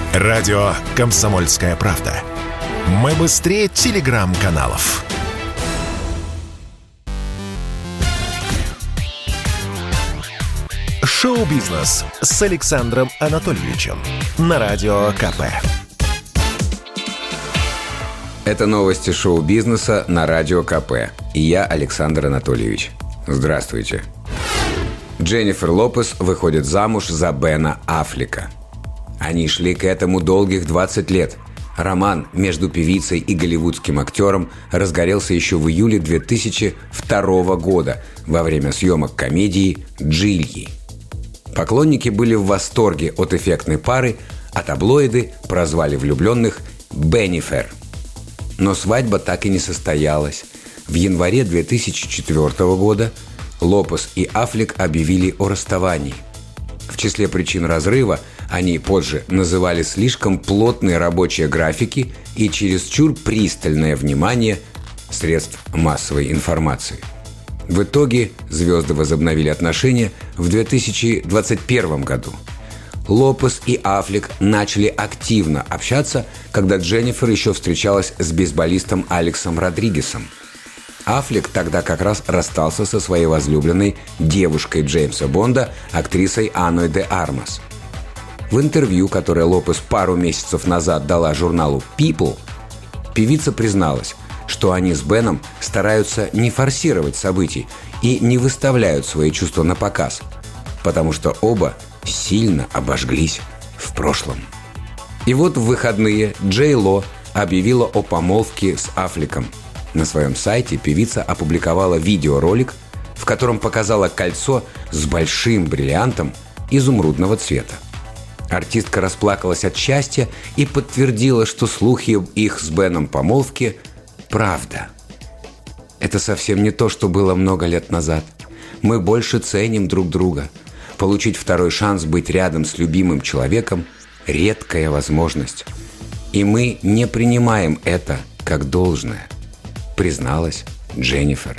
Радио «Комсомольская правда». Мы быстрее телеграм-каналов. Шоу-бизнес с Александром Анатольевичем на Радио КП. Это новости шоу-бизнеса на Радио КП. И я, Александр Анатольевич. Здравствуйте. Дженнифер Лопес выходит замуж за Бена Аффлека. Они шли к этому долгих 20 лет. Роман между певицей и голливудским актером разгорелся еще в июле 2002 года во время съемок комедии «Джильи». Поклонники были в восторге от эффектной пары, а таблоиды прозвали влюбленных «Беннифер». Но свадьба так и не состоялась. В январе 2004 года Лопес и Аффлек объявили о расставании. В числе причин разрыва они позже называли слишком плотные рабочие графики и чересчур пристальное внимание средств массовой информации. В итоге звезды возобновили отношения в 2021 году. Лопес и Аффлек начали активно общаться, когда Дженнифер еще встречалась с бейсболистом Алексом Родригесом. Аффлек тогда как раз расстался со своей возлюбленной девушкой Джеймса Бонда, актрисой Анной де Армас. В интервью, которое Лопес пару месяцев назад дала журналу People, певица призналась, что они с Беном стараются не форсировать событий и не выставляют свои чувства на показ, потому что оба сильно обожглись в прошлом. И вот в выходные Джей Ло объявила о помолвке с Аффлеком. На своем сайте певица опубликовала видеоролик, в котором показала кольцо с большим бриллиантом изумрудного цвета. Артистка расплакалась от счастья и подтвердила, что слухи об их с Беном помолвке – правда. Это совсем не то, что было много лет назад. Мы больше ценим друг друга. Получить второй шанс быть рядом с любимым человеком – редкая возможность. И мы не принимаем это как должное, призналась Дженнифер.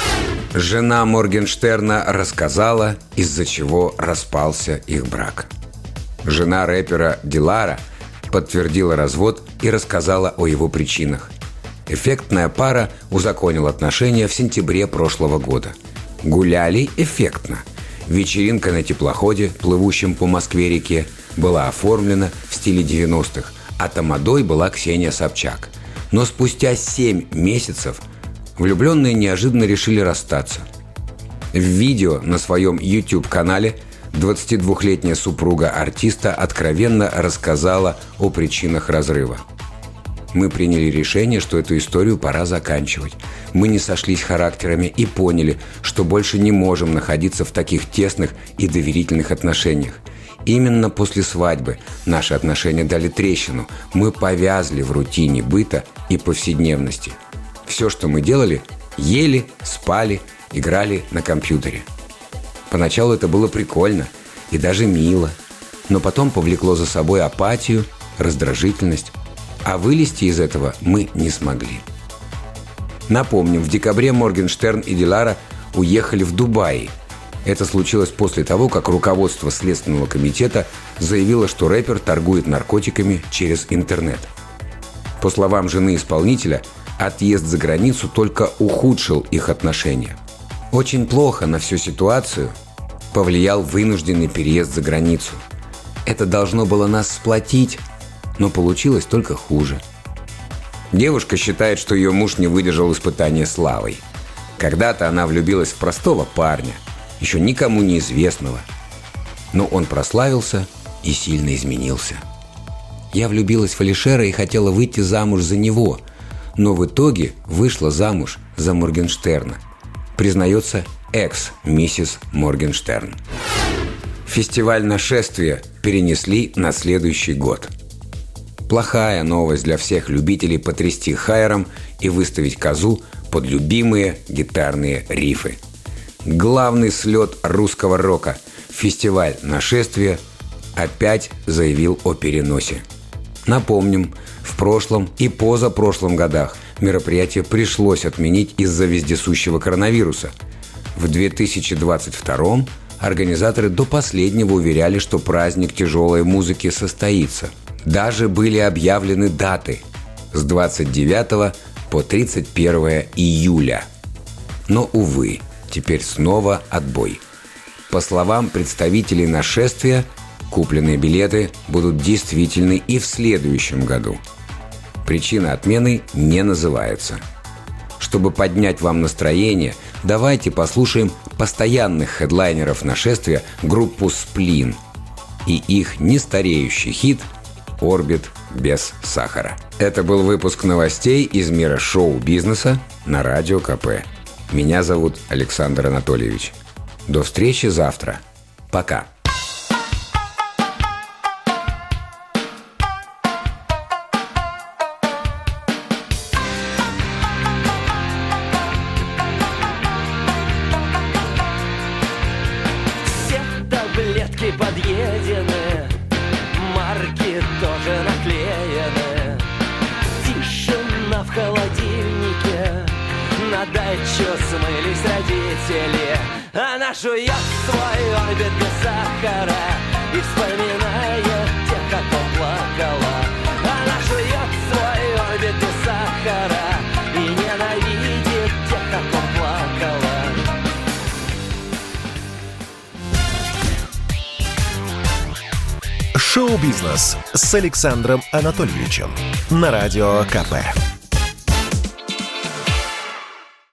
Жена Моргенштерна рассказала, из-за чего распался их брак. Жена рэпера Дилара подтвердила развод и рассказала о его причинах. Эффектная пара узаконила отношения в сентябре прошлого года. Гуляли эффектно. Вечеринка на теплоходе, плывущем по Москве-реке, была оформлена в стиле 90-х, а тамадой была Ксения Собчак. Но спустя 7 месяцев влюбленные неожиданно решили расстаться. В видео на своем YouTube-канале 22-летняя супруга артиста откровенно рассказала о причинах разрыва. «Мы приняли решение, что эту историю пора заканчивать. Мы не сошлись характерами и поняли, что больше не можем находиться в таких тесных и доверительных отношениях. Именно после свадьбы наши отношения дали трещину. Мы повязли в рутине быта и повседневности. Все, что мы делали – ели, спали, играли на компьютере. Поначалу это было прикольно и даже мило, но потом повлекло за собой апатию, раздражительность, а вылезти из этого мы не смогли». Напомним, в декабре Моргенштерн и Дилара уехали в Дубай. Это случилось после того, как руководство Следственного комитета заявило, что рэпер торгует наркотиками через интернет. По словам жены исполнителя, отъезд за границу только ухудшил их отношения. Очень плохо на всю ситуацию повлиял вынужденный переезд за границу. Это должно было нас сплотить, но получилось только хуже. Девушка считает, что ее муж не выдержал испытания славой. Когда-то она влюбилась в простого парня, еще никому неизвестного. Но он прославился и сильно изменился. «Я влюбилась в Алишера и хотела выйти замуж за него, но в итоге вышла замуж за Моргенштерна», признается экс-миссис Моргенштерн. Фестиваль «Нашествие» перенесли на следующий год. Плохая новость для всех любителей потрясти хайером и выставить козу под любимые гитарные рифы. Главный слет русского рока, фестиваль «Нашествие», опять заявил о переносе. Напомним, в прошлом и позапрошлом годах мероприятие пришлось отменить из-за вездесущего коронавируса. В 2022 организаторы до последнего уверяли, что праздник тяжелой музыки состоится. Даже были объявлены даты с 29 по 31 июля. Но, увы, теперь снова отбой. По словам представителей нашествия, купленные билеты будут действительны и в следующем году. Причина отмены не называется. Чтобы поднять вам настроение, давайте послушаем постоянных хедлайнеров нашествия группу «Сплин» и их нестареющий хит «Орбит без сахара». Это был выпуск новостей из мира шоу-бизнеса на Радио КП. Меня зовут Александр Анатольевич. До встречи завтра. Пока. Таблетки подъедены, марки тоже наклеены. Тишина в холодильнике, на дачу смылись родители. Она жует свой орбит без сахара и вспоминает тех, как он плакала. Она жует свой орбит без сахара и ненавидит тех, как он плакала. Шоу-бизнес с Александром Анатольевичем на Радио КП.